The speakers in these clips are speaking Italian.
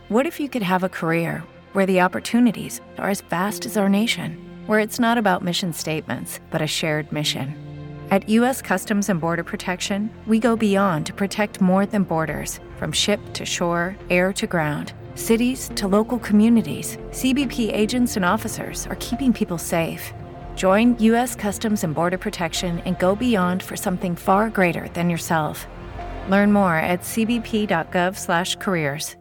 What if you could have a career where the opportunities are as vast as our nation, where it's not about mission statements, but a shared mission? At U.S. Customs and Border Protection, we go beyond to protect more than borders, from ship to shore, air to ground, cities to local communities. CBP agents and officers are keeping people safe. Join U.S. Customs and Border Protection and go beyond for something far greater than yourself. Learn more at cbp.gov/careers.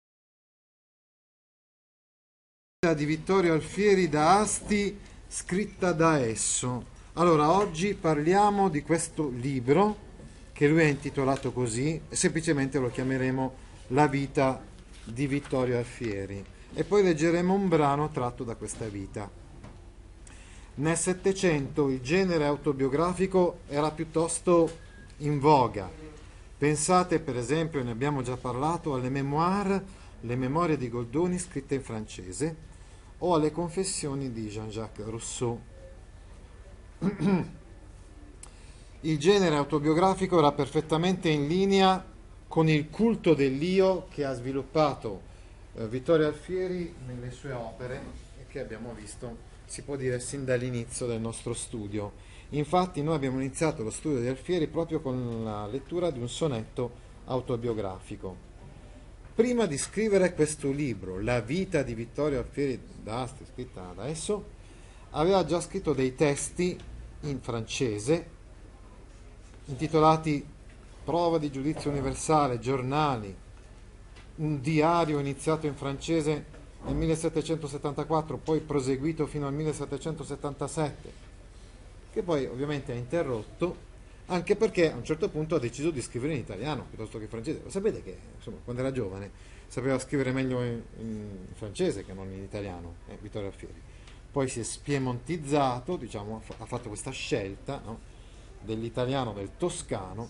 Di Vittorio Alfieri da Asti, scritta da esso. Allora, oggi parliamo di questo libro che lui ha intitolato così, e semplicemente lo chiameremo La vita di Vittorio Alfieri, e poi leggeremo un brano tratto da questa vita. Nel Settecento il genere autobiografico era piuttosto in voga. Pensate, per esempio, ne abbiamo già parlato, alle memoire, le memorie di Goldoni scritte in francese, o alle confessioni di Jean-Jacques Rousseau. Il genere autobiografico era perfettamente in linea con il culto dell'io che ha sviluppato Vittorio Alfieri nelle sue opere e che abbiamo visto, si può dire, sin dall'inizio del nostro studio. Infatti noi abbiamo iniziato lo studio di Alfieri proprio con la lettura di un sonetto autobiografico. Prima di scrivere questo libro, La vita di Vittorio Alfieri da Asti, scritta da esso, aveva già scritto dei testi in francese intitolati Prova di giudizio universale, giornali, un diario iniziato in francese nel 1774, poi proseguito fino al 1777, che poi ovviamente ha interrotto, anche perché a un certo punto ha deciso di scrivere in italiano piuttosto che in francese. Lo sapete che, insomma, quando era giovane sapeva scrivere meglio in francese che non in italiano, Vittorio Alfieri. Poi si è spiemontizzato, diciamo, ha fatto questa scelta, no, dell'italiano, del toscano.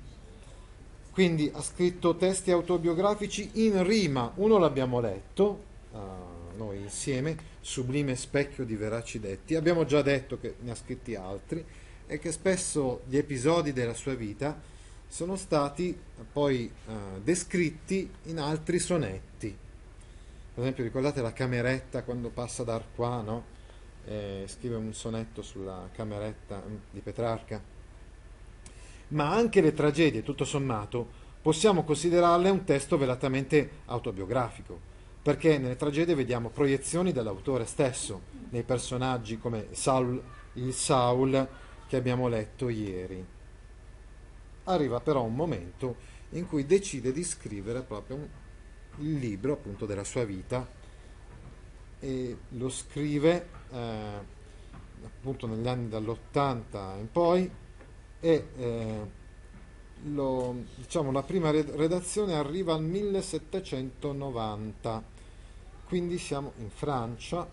Quindi ha scritto testi autobiografici in rima. Uno l'abbiamo letto noi insieme, Sublime specchio di veraci detti. Abbiamo già detto che ne ha scritti altri e che spesso gli episodi della sua vita sono stati poi descritti in altri sonetti. Per esempio, ricordate la cameretta quando passa da Arquà, no? Scrive un sonetto sulla cameretta di Petrarca. Ma anche le tragedie, tutto sommato, possiamo considerarle un testo velatamente autobiografico, perché nelle tragedie vediamo proiezioni dell'autore stesso, nei personaggi come il Saul che abbiamo letto ieri. Arriva però un momento in cui decide di scrivere proprio il libro, appunto, della sua vita, e lo scrive appunto negli anni dall'80 in poi, e diciamo, la prima redazione arriva al 1790, quindi siamo in Francia.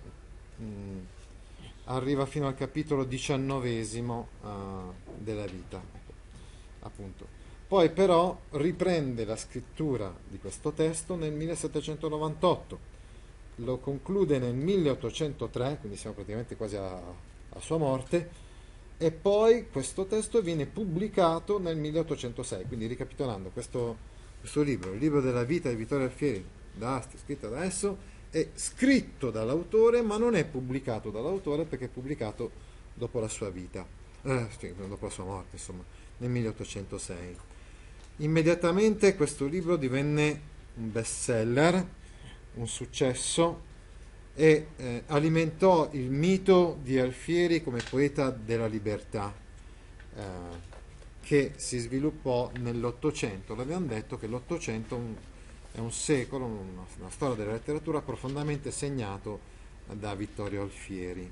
Arriva fino al capitolo 19 della vita, appunto. Poi però riprende la scrittura di questo testo nel 1798, lo conclude nel 1803, quindi siamo praticamente quasi a sua morte, e poi questo testo viene pubblicato nel 1806. Quindi, ricapitolando, questo libro, il libro della vita di Vittorio Alfieri da Asti, scritto da esso, è scritto dall'autore, ma non è pubblicato dall'autore perché è pubblicato dopo la sua vita, dopo la sua morte, insomma, nel 1806. Immediatamente questo libro divenne un bestseller, un successo, e alimentò il mito di Alfieri come poeta della libertà, che si sviluppò nell'Ottocento. L'abbiamo detto che l'Ottocento è un secolo, una storia della letteratura profondamente segnato da Vittorio Alfieri.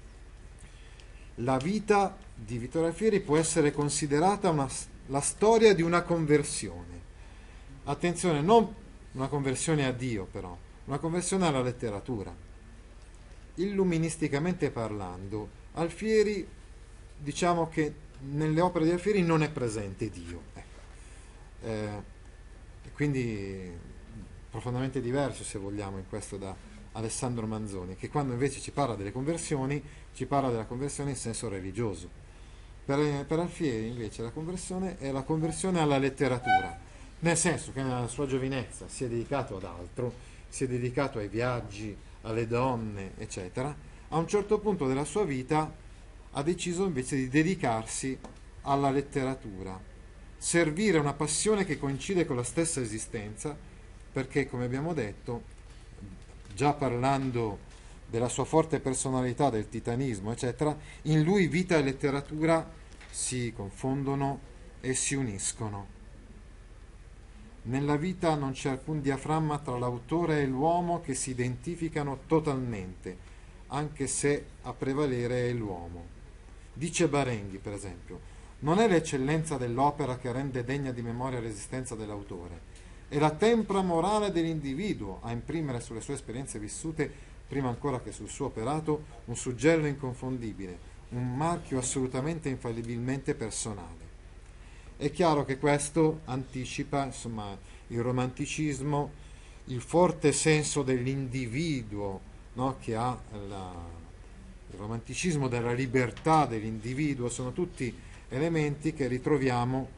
La vita di Vittorio Alfieri può essere considerata la storia di una conversione. Attenzione, non una conversione a Dio, però, una conversione alla letteratura. Illuministicamente parlando, Alfieri, diciamo che nelle opere di Alfieri non è presente Dio. Quindi profondamente diverso, se vogliamo, in questo da Alessandro Manzoni, che quando invece ci parla delle conversioni, ci parla della conversione in senso religioso. Per Alfieri invece la conversione è la conversione alla letteratura, nel senso che nella sua giovinezza si è dedicato ad altro, si è dedicato ai viaggi, alle donne, eccetera. A un certo punto della sua vita ha deciso invece di dedicarsi alla letteratura, servire una passione che coincide con la stessa esistenza, perché, come abbiamo detto, già parlando della sua forte personalità, del titanismo, eccetera, in lui vita e letteratura si confondono e si uniscono. Nella vita non c'è alcun diaframma tra l'autore e l'uomo che si identificano totalmente, anche se a prevalere è l'uomo. Dice Barenghi, per esempio, non è l'eccellenza dell'opera che rende degna di memoria l'esistenza dell'autore, è la tempra morale dell'individuo a imprimere sulle sue esperienze vissute, prima ancora che sul suo operato, un suggello inconfondibile, un marchio assolutamente infallibilmente personale. È chiaro che questo anticipa, insomma, il romanticismo, il forte senso dell'individuo, no, che ha il romanticismo della libertà dell'individuo, sono tutti elementi che ritroviamo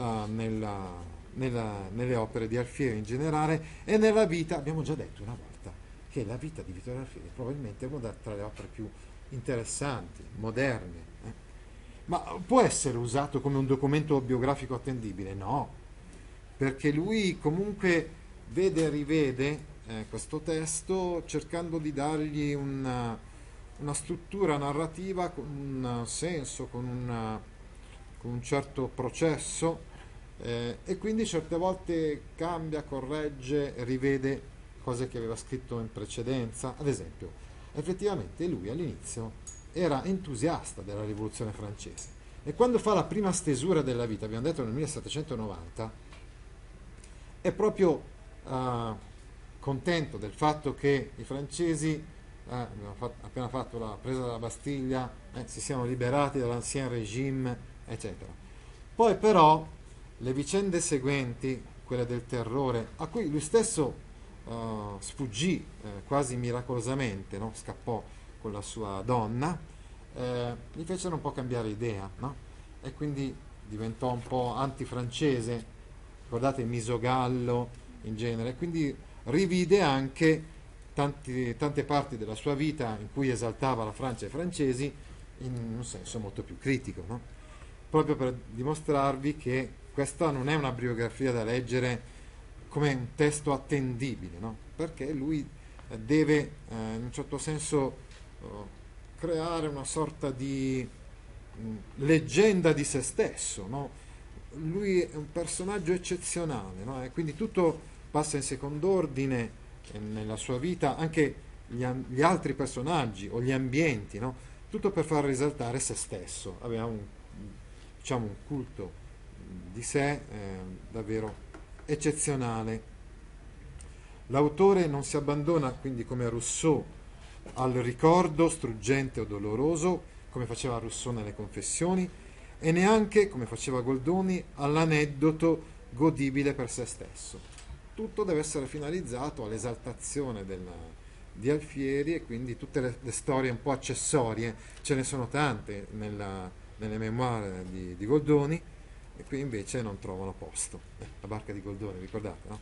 nelle opere di Alfieri in generale e nella vita. Abbiamo già detto una volta che la vita di Vittorio Alfieri è probabilmente una tra le opere più interessanti, moderne. Ma può essere usato come un documento biografico attendibile? No, perché lui comunque vede e rivede questo testo cercando di dargli una struttura narrativa con un senso, con un certo processo, e quindi certe volte cambia, corregge, rivede cose che aveva scritto in precedenza. Ad esempio, effettivamente lui all'inizio era entusiasta della rivoluzione francese e quando fa la prima stesura della vita, abbiamo detto nel 1790, è proprio contento del fatto che i francesi, abbiamo appena fatto la presa della Bastiglia, si siano liberati dall'ancien régime, eccetera. Poi però le vicende seguenti, quelle del terrore, a cui lui stesso sfuggì quasi miracolosamente, no? Scappò con la sua donna, gli fecero un po' cambiare idea, no? E quindi diventò un po' antifrancese, ricordate Misogallo in genere, quindi rivide anche tante parti della sua vita in cui esaltava la Francia e i francesi in un senso molto più critico, no? Proprio per dimostrarvi che questa non è una biografia da leggere come un testo attendibile, no? Perché lui deve in un certo senso creare una sorta di leggenda di se stesso, no? Lui è un personaggio eccezionale, no? E quindi tutto passa in second'ordine nella sua vita, anche gli altri personaggi o gli ambienti, no? Tutto per far risaltare se stesso. Aveva diciamo, un culto di sé davvero eccezionale. L'autore non si abbandona quindi come Rousseau al ricordo struggente o doloroso, come faceva Rousseau nelle Confessioni, e neanche, come faceva Goldoni, all'aneddoto godibile per se stesso. Tutto deve essere finalizzato all'esaltazione di Alfieri, e quindi tutte le storie un po' accessorie, ce ne sono tante nelle memoire di Goldoni, e qui invece non trovano posto. La barca di Goldoni, ricordate, no?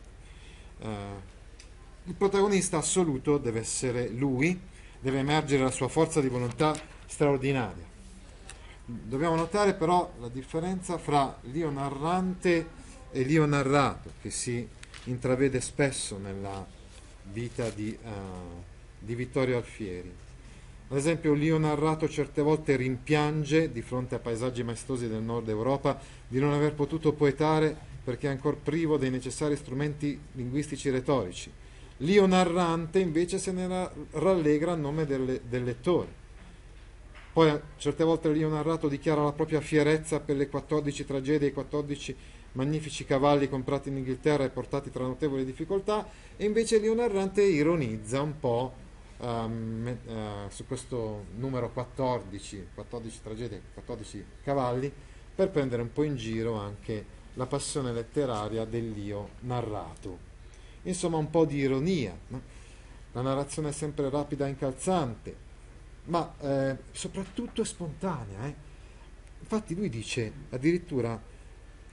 Il protagonista assoluto deve essere lui, deve emergere la sua forza di volontà straordinaria. Dobbiamo notare però la differenza fra l'io narrante e l'io narrato, che si intravede spesso nella vita di Vittorio Alfieri. Ad esempio, l'io narrato certe volte rimpiange, di fronte a paesaggi maestosi del nord Europa, di non aver potuto poetare perché è ancora privo dei necessari strumenti linguistici retorici. L'io narrante invece se ne rallegra a nome del lettore. Poi certe volte l'io narrato dichiara la propria fierezza per le 14 tragedie e i 14 magnifici cavalli comprati in Inghilterra e portati tra notevoli difficoltà, e invece l'io narrante ironizza un po' su questo numero 14 tragedie, 14 cavalli, per prendere un po' in giro anche la passione letteraria dell'io narrato. Insomma, un po' di ironia, no? La narrazione è sempre rapida e incalzante, ma soprattutto è spontanea. Infatti lui dice addirittura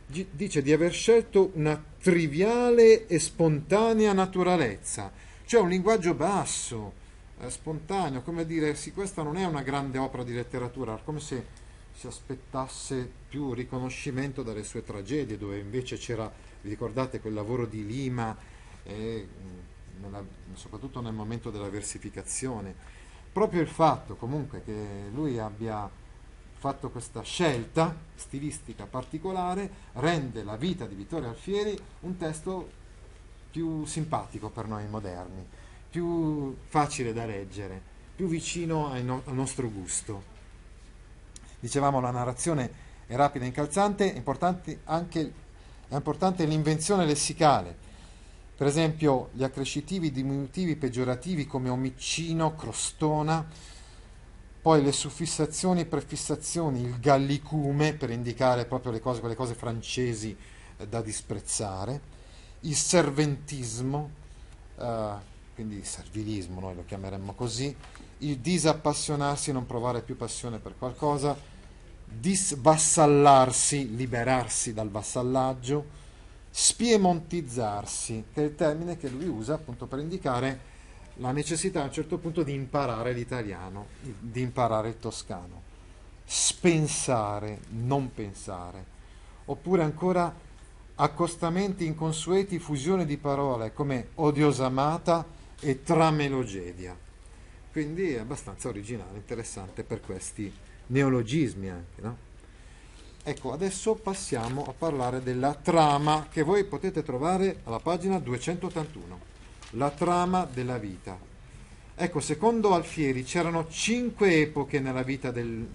dice di aver scelto una triviale e spontanea naturalezza, cioè un linguaggio basso, spontaneo, come dire, sì, questa non è una grande opera di letteratura, come se si aspettasse più riconoscimento dalle sue tragedie, dove invece c'era, vi ricordate, quel lavoro di Lima, soprattutto nel momento della versificazione. Proprio il fatto comunque che lui abbia fatto questa scelta stilistica particolare rende la vita di Vittorio Alfieri un testo più simpatico per noi moderni, più facile da leggere, più vicino al nostro gusto. Dicevamo, la narrazione è rapida e incalzante, è importante l'invenzione lessicale. Per esempio, gli accrescitivi, diminutivi, peggiorativi come omicino, crostona, poi le suffissazioni e prefissazioni, il gallicume per indicare proprio quelle cose francesi da disprezzare, il serventismo, quindi il servilismo, noi lo chiameremmo così, il disappassionarsi, non provare più passione per qualcosa, disvassallarsi, liberarsi dal vassallaggio, spiemontizzarsi, che è il termine che lui usa appunto per indicare la necessità a un certo punto di imparare l'italiano, di imparare il toscano, spensare, non pensare, oppure ancora accostamenti inconsueti, fusione di parole come odiosamata e tramelogedia. Quindi è abbastanza originale, interessante per questi neologismi anche, no? Ecco, adesso passiamo a parlare della trama che voi potete trovare alla pagina 281, la trama della vita. Ecco, secondo Alfieri ci sono 5 epoche nella vita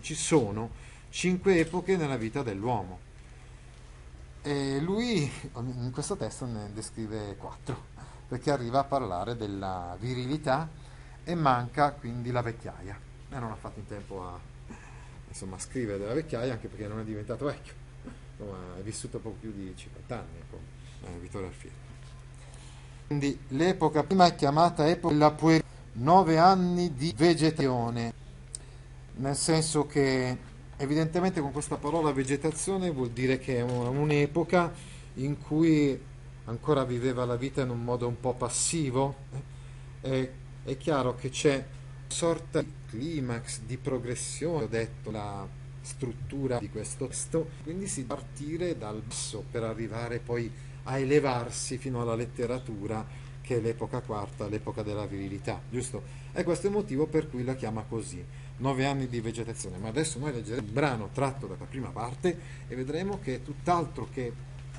dell'uomo. E lui in questo testo ne descrive 4, perché arriva a parlare della virilità e manca quindi la vecchiaia. E non ha fatto in tempo a scrivere della vecchiaia, anche perché non è diventato vecchio, è vissuto poco più di 50 anni, Vittorio Alfieri. Quindi l'epoca prima è chiamata epoca della puerilità, 9 anni di vegetazione, nel senso che evidentemente con questa parola vegetazione vuol dire che è un'epoca in cui ancora viveva la vita in un modo un po' passivo. È chiaro che c'è una sorta di climax, di progressione, ho detto, la struttura di questo testo, quindi si partire dal basso per arrivare poi a elevarsi fino alla letteratura, che è l'epoca quarta, l'epoca della virilità, giusto? E questo è il motivo per cui la chiama così, 9 anni di vegetazione. Ma adesso noi leggeremo un brano tratto dalla prima parte e vedremo che è tutt'altro che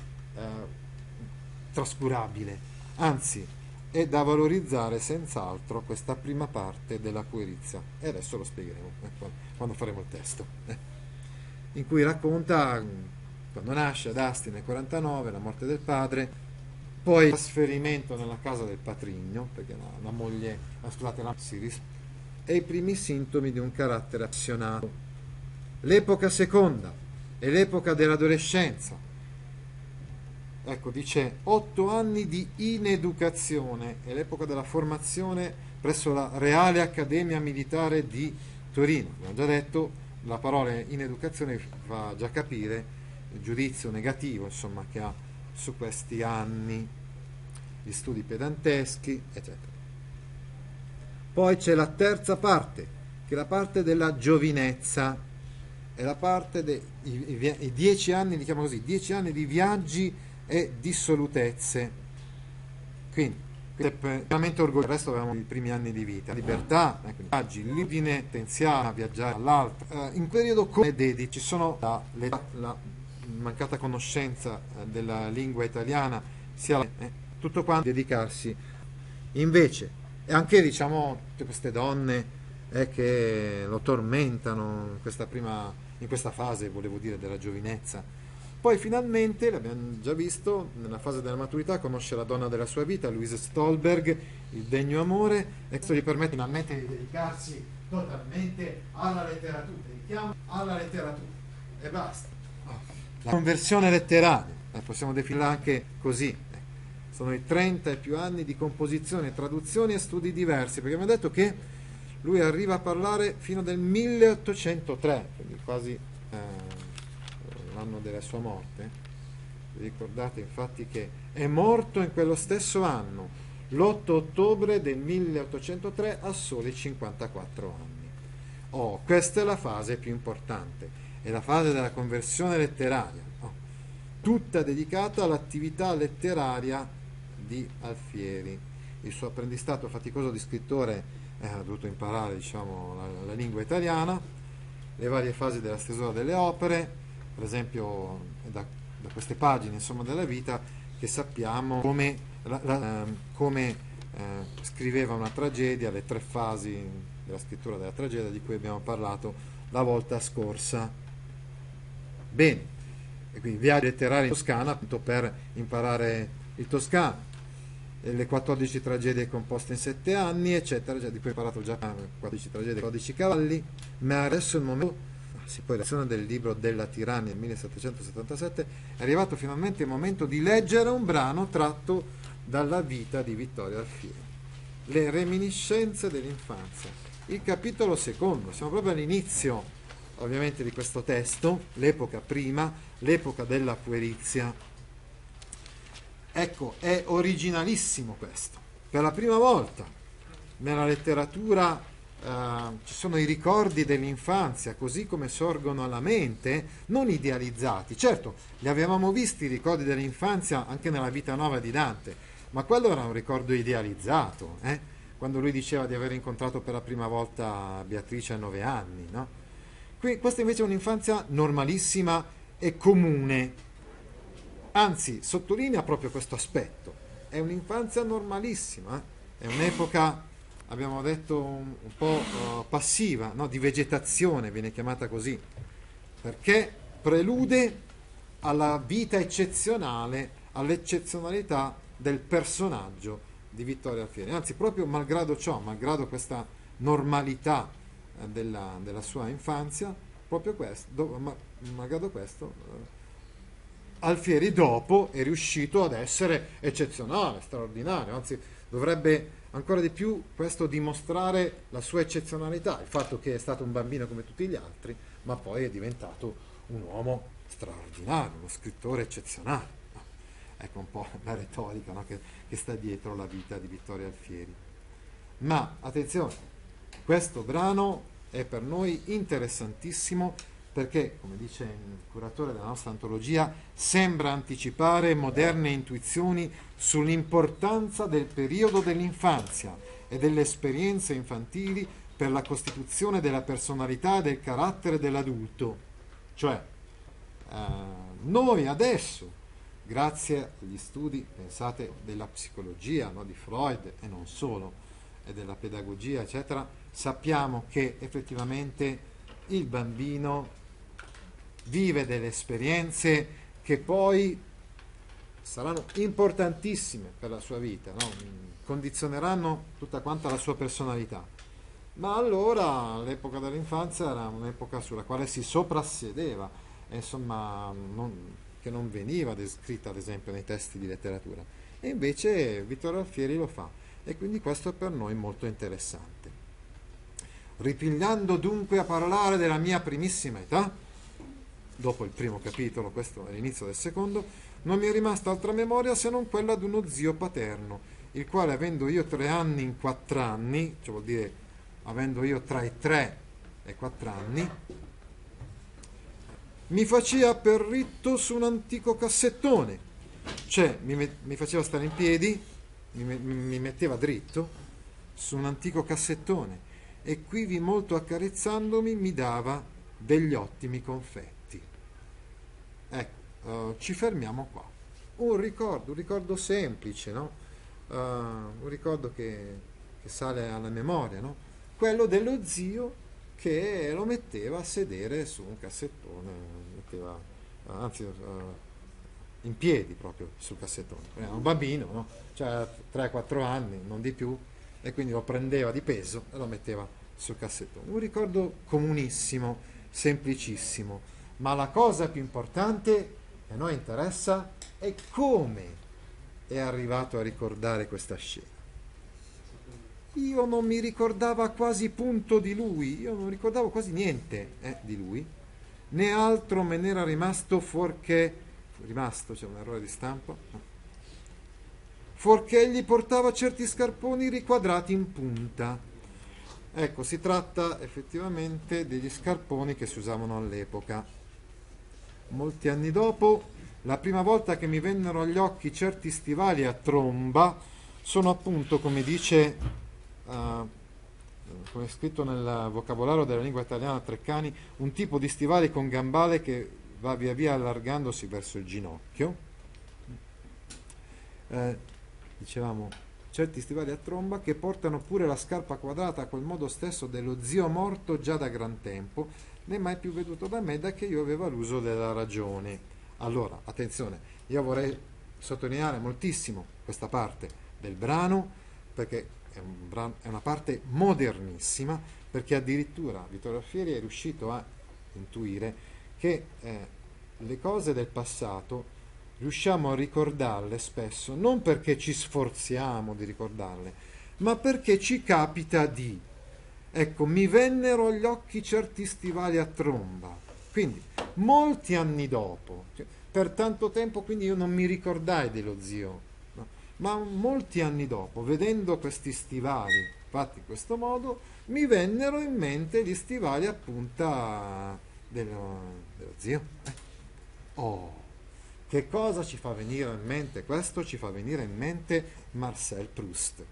trascurabile, anzi è da valorizzare senz'altro questa prima parte della puerizia, e adesso lo spiegheremo quando faremo il testo, in cui racconta quando nasce ad Asti nel 49, la morte del padre, poi il trasferimento nella casa del patrigno, perché la moglie, scusate, la Siris, e i primi sintomi di un carattere appassionato. L'epoca seconda è l'epoca dell'adolescenza. Ecco, dice 8 anni di ineducazione, è l'epoca della formazione presso la Reale Accademia Militare di Torino. Abbiamo già detto, la parola ineducazione fa già capire il giudizio negativo, insomma, che ha su questi anni, gli studi pedanteschi, eccetera. Poi c'è la terza parte, che è la parte della giovinezza, è la parte dei 10 anni, li chiamo così, 10 anni di viaggi e dissolutezze. Quindi veramente orgoglio. Il resto avevamo i primi anni di vita, libertà, viaggi, l'ordine potenziale a viaggiare all'altro. In periodo come dedici ci sono la mancata conoscenza della lingua italiana, sia tutto quanto dedicarsi. Invece, e anche diciamo tutte queste donne che lo tormentano in questa fase, volevo dire, della giovinezza. Poi finalmente, l'abbiamo già visto, nella fase della maturità conosce la donna della sua vita, Louise Stolberg, il degno amore, e questo gli permette finalmente di dedicarsi totalmente alla letteratura. Dedichiamo alla letteratura e basta. La conversione letteraria, possiamo definirla anche così. Sono i 30 e più anni di composizione, traduzioni e studi diversi, perché abbiamo detto che lui arriva a parlare fino del 1803, quindi quasi l'anno della sua morte, Ricordate infatti che è morto in quello stesso anno, l'8 ottobre del 1803, a soli 54 anni. Oh, questa è la fase più importante, è la fase della conversione letteraria, oh, tutta dedicata all'attività letteraria di Alfieri. Il suo apprendistato faticoso di scrittore ha dovuto imparare, diciamo, la lingua italiana, le varie fasi della stesura delle opere, per esempio da queste pagine, insomma, della vita, che sappiamo come scriveva una tragedia, le 3 fasi della scrittura della tragedia di cui abbiamo parlato la volta scorsa. Bene, e quindi viaggi letterari in Toscana, appunto, per imparare il toscano, e le 14 tragedie composte in 7 anni, eccetera, di cui ho parlato già, 14 tragedie, 14 cavalli, ma adesso il momento, poi la lezione del libro della Tirania nel 1777, è arrivato finalmente il momento di leggere un brano tratto dalla vita di Vittorio Alfieri, le reminiscenze dell'infanzia, il capitolo secondo. Siamo proprio all'inizio, ovviamente, di questo testo, l'epoca prima, l'epoca della puerizia. Ecco, è originalissimo questo. Per la prima volta nella letteratura ci sono i ricordi dell'infanzia, così come sorgono alla mente, non idealizzati. Certo, li avevamo visti i ricordi dell'infanzia anche nella Vita Nuova di Dante, ma quello era un ricordo idealizzato, quando lui diceva di aver incontrato per la prima volta Beatrice a 9 anni, no? Questa invece è un'infanzia normalissima e comune. Anzi, sottolinea proprio questo aspetto. È un'infanzia normalissima, è un'epoca, abbiamo detto, un po' passiva, no? Di vegetazione, viene chiamata così, perché prelude alla vita eccezionale, all'eccezionalità del personaggio di Vittorio Alfieri. Anzi, proprio malgrado ciò, malgrado questa normalità della sua infanzia, proprio questo, malgrado questo, Alfieri dopo è riuscito ad essere eccezionale, straordinario, anzi dovrebbe ancora di più questo dimostrare la sua eccezionalità, il fatto che è stato un bambino come tutti gli altri, ma poi è diventato un uomo straordinario, uno scrittore eccezionale. Ecco un po' la retorica, no? che sta dietro la vita di Vittorio Alfieri. Ma attenzione, questo brano è per noi interessantissimo, perché, come dice il curatore della nostra antologia, sembra anticipare moderne intuizioni sull'importanza del periodo dell'infanzia e delle esperienze infantili per la costituzione della personalità e del carattere dell'adulto. Cioè, noi adesso, grazie agli studi, pensate, della psicologia, no, di Freud e non solo, e della pedagogia, eccetera, sappiamo che effettivamente il bambino vive delle esperienze che poi saranno importantissime per la sua vita, no? Condizioneranno tutta quanta la sua personalità. Ma allora l'epoca dell'infanzia era un'epoca sulla quale si soprassedeva, insomma, che non veniva descritta ad esempio nei testi di letteratura. E invece Vittorio Alfieri lo fa, e quindi questo è per noi molto interessante. Ripigliando dunque a parlare della mia primissima età, dopo il primo capitolo, questo è l'inizio del secondo, non mi è rimasta altra memoria se non quella di uno zio paterno, il quale, avendo io 3 anni in 4 anni, cioè vuol dire avendo io tra i 3 e 4 anni, mi faceva per ritto su un antico cassettone, cioè mi faceva stare in piedi, mi metteva dritto su un antico cassettone, e quivi molto accarezzandomi mi dava degli ottimi confetti. Ecco, ci fermiamo qua. Un ricordo semplice, no? Un ricordo che sale alla memoria, no? Quello dello zio che lo metteva a sedere su un cassettone, in piedi proprio sul cassettone. Era un bambino, no? Cioè 3-4 anni, non di più, e quindi lo prendeva di peso e lo metteva sul cassettone. Un ricordo comunissimo, semplicissimo. Ma la cosa più importante che a noi interessa è come è arrivato a ricordare questa scena. Io non mi ricordava quasi punto di lui, io non ricordavo quasi niente di lui, né altro me n'era rimasto fuorché rimasto, c'è un errore di stampa, fuorché egli portava certi scarponi riquadrati in punta. Ecco, si tratta effettivamente degli scarponi che si usavano all'epoca. Molti anni dopo, la prima volta che mi vennero agli occhi certi stivali a tromba sono appunto, come dice, come è scritto nel vocabolario della lingua italiana Treccani, un tipo di stivali con gambale che va via via allargandosi verso il ginocchio. Dicevamo, certi stivali a tromba che portano pure la scarpa quadrata a quel modo stesso dello zio morto già da gran tempo, né mai più veduto da me da che io aveva l'uso della ragione. Allora, attenzione, io vorrei sottolineare moltissimo questa parte del brano, perché è una parte modernissima, perché addirittura Vittorio Alfieri è riuscito a intuire che le cose del passato riusciamo a ricordarle spesso non perché ci sforziamo di ricordarle, ma perché ci capita di. Ecco, mi vennero agli occhi certi stivali a tromba. Quindi, molti anni dopo, cioè, per tanto tempo, quindi io non mi ricordai dello zio, no? Ma molti anni dopo, vedendo questi stivali fatti in questo modo, mi vennero in mente gli stivali a punta dello zio. Oh! Che cosa ci fa venire in mente questo? Ci fa venire in mente Marcel Proust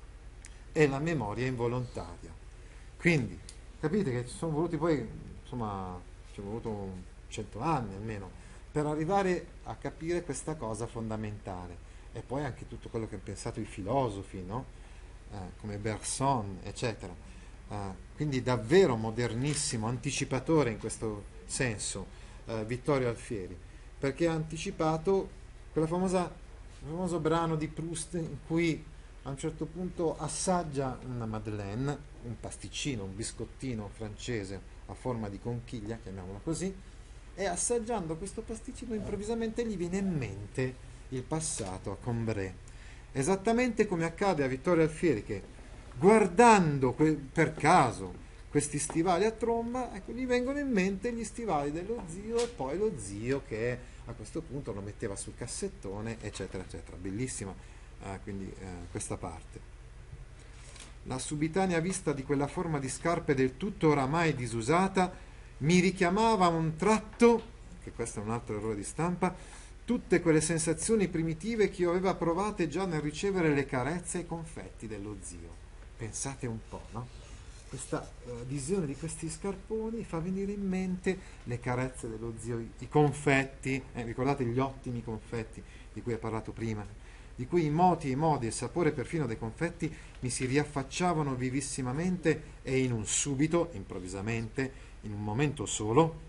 e la memoria involontaria. Quindi, capite che ci sono voluti poi, insomma, ci è voluto 100 anni almeno, per arrivare a capire questa cosa fondamentale. E poi anche tutto quello che hanno pensato i filosofi, no? Come Bergson, eccetera. Quindi davvero modernissimo, anticipatore in questo senso, Vittorio Alfieri, perché ha anticipato il famoso brano di Proust in cui a un certo punto assaggia una madeleine, un pasticcino, un biscottino francese a forma di conchiglia, chiamiamolo così, e assaggiando questo pasticcino improvvisamente gli viene in mente il passato a Combray. Esattamente come accade a Vittorio Alfieri, che guardando per caso questi stivali a tromba, ecco, gli vengono in mente gli stivali dello zio e poi lo zio che a questo punto lo metteva sul cassettone, eccetera, eccetera. Bellissima questa parte. La subitanea vista di quella forma di scarpe del tutto oramai disusata mi richiamava a un tratto, che questo è un altro errore di stampa, tutte quelle sensazioni primitive che io aveva provate già nel ricevere le carezze e i confetti dello zio. Pensate un po', no? Questa visione di questi scarponi fa venire in mente le carezze dello zio, i confetti, ricordate gli ottimi confetti di cui ho parlato prima, di cui i moti e il sapore perfino dei confetti mi si riaffacciavano vivissimamente e in un subito, improvvisamente, in un momento solo,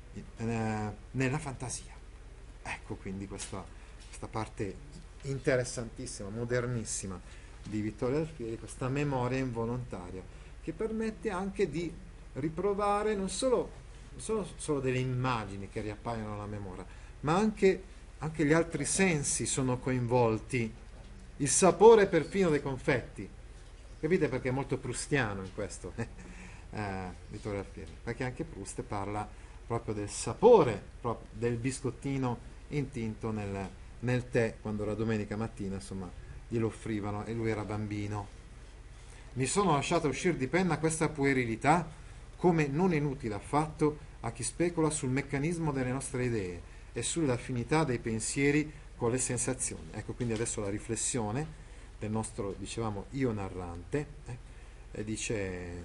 nella fantasia. Ecco quindi questa parte interessantissima, modernissima di Vittorio Alfieri, questa memoria involontaria, che permette anche di riprovare non solo delle immagini che riappaiono alla memoria, ma anche gli altri sensi sono coinvolti, il sapore perfino dei confetti. Capite perché è molto proustiano in questo Vittorio Alfieri? Perché anche Proust parla proprio del sapore del biscottino intinto nel tè, quando la domenica mattina, insomma, glielo offrivano e lui era bambino. Mi sono lasciato uscire di penna questa puerilità, come non inutile affatto a chi specula sul meccanismo delle nostre idee e sulle affinità dei pensieri con le sensazioni. Ecco quindi adesso la riflessione del nostro, dicevamo, io narrante, e dice: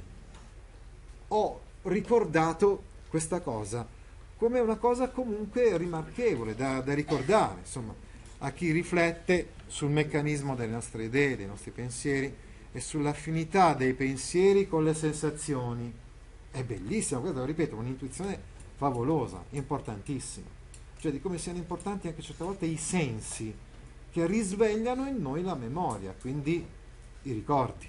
ho ricordato questa cosa come una cosa comunque rimarchevole da ricordare, insomma, a chi riflette sul meccanismo delle nostre idee, dei nostri pensieri e sull'affinità dei pensieri con le sensazioni. È bellissimo, questo lo ripeto, un'intuizione favolosa, importantissima, cioè di come siano importanti anche certe volte i sensi che risvegliano in noi la memoria, quindi i ricordi.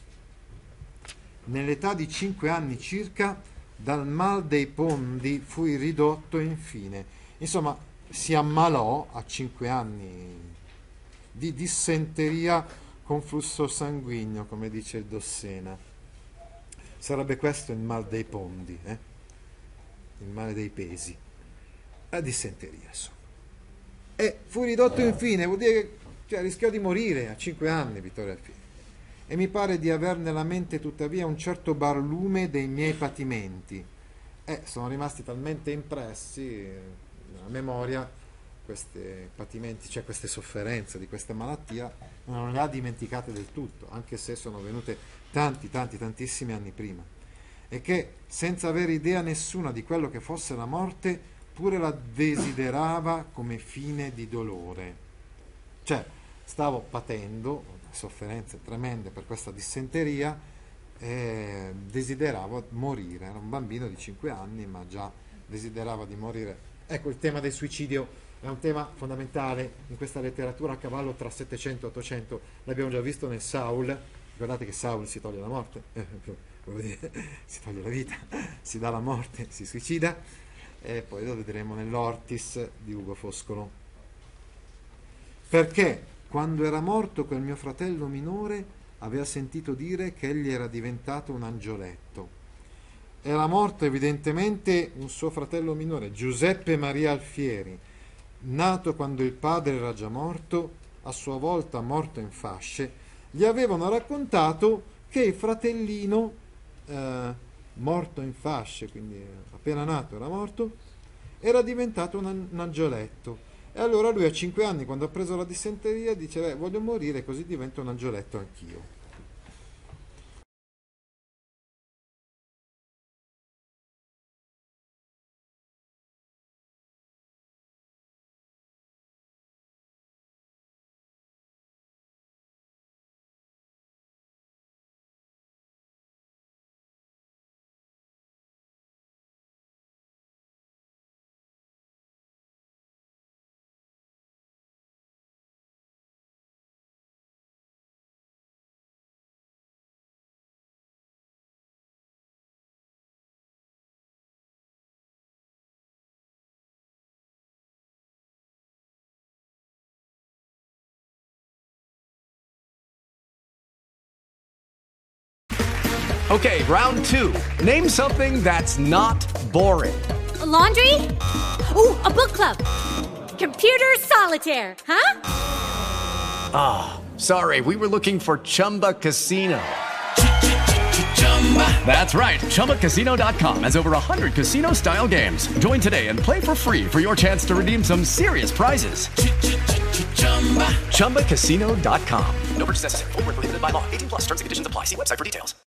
Nell'età di 5 anni circa, dal mal dei pondi fui ridotto infine. Insomma, si ammalò a 5 anni di dissenteria con flusso sanguigno, come dice il Dossena. Sarebbe questo il mal dei pondi, il male dei pesi, la dissenteria, insomma. E fu ridotto infine, vuol dire che rischiò di morire a 5 anni Vittorio Alfieri. E mi pare di aver nella mente tuttavia un certo barlume dei miei patimenti. Sono rimasti talmente impressi nella memoria questi patimenti, cioè queste sofferenze di questa malattia, non le ha dimenticate del tutto, anche se sono venute tantissimi anni prima. E che senza avere idea nessuna di quello che fosse la morte, pure la desiderava come fine di dolore. Cioè, stavo patendo sofferenze tremende per questa dissenteria e desideravo morire. Era un bambino di 5 anni, ma già desiderava di morire. Ecco, il tema del suicidio è un tema fondamentale in questa letteratura a cavallo tra 700 e 800. L'abbiamo già visto nel Saul. Guardate che Saul si toglie la morte, si toglie la vita, si dà la morte, si suicida, e poi lo vedremo nell'Ortis di Ugo Foscolo. Perché quando era morto quel mio fratello minore aveva sentito dire che egli era diventato un angioletto. Era morto evidentemente un suo fratello minore, Giuseppe Maria Alfieri, nato quando il padre era già morto, a sua volta morto in fasce. Gli avevano raccontato che il fratellino, morto in fasce, quindi appena nato era morto, era diventato un angioletto. E allora lui a 5 anni, quando ha preso la dissenteria, dice: voglio morire così divento un angioletto anch'io. Okay, round 2. Name something that's not boring. A laundry? Ooh, a book club. Computer solitaire, huh? Sorry, we were looking for Chumba Casino. That's right. ChumbaCasino.com has over 100 casino-style games. Join today and play for free for your chance to redeem some serious prizes. ChumbaCasino.com. No purchase necessary. Void where prohibited by law. 18+ terms and conditions apply. See website for details.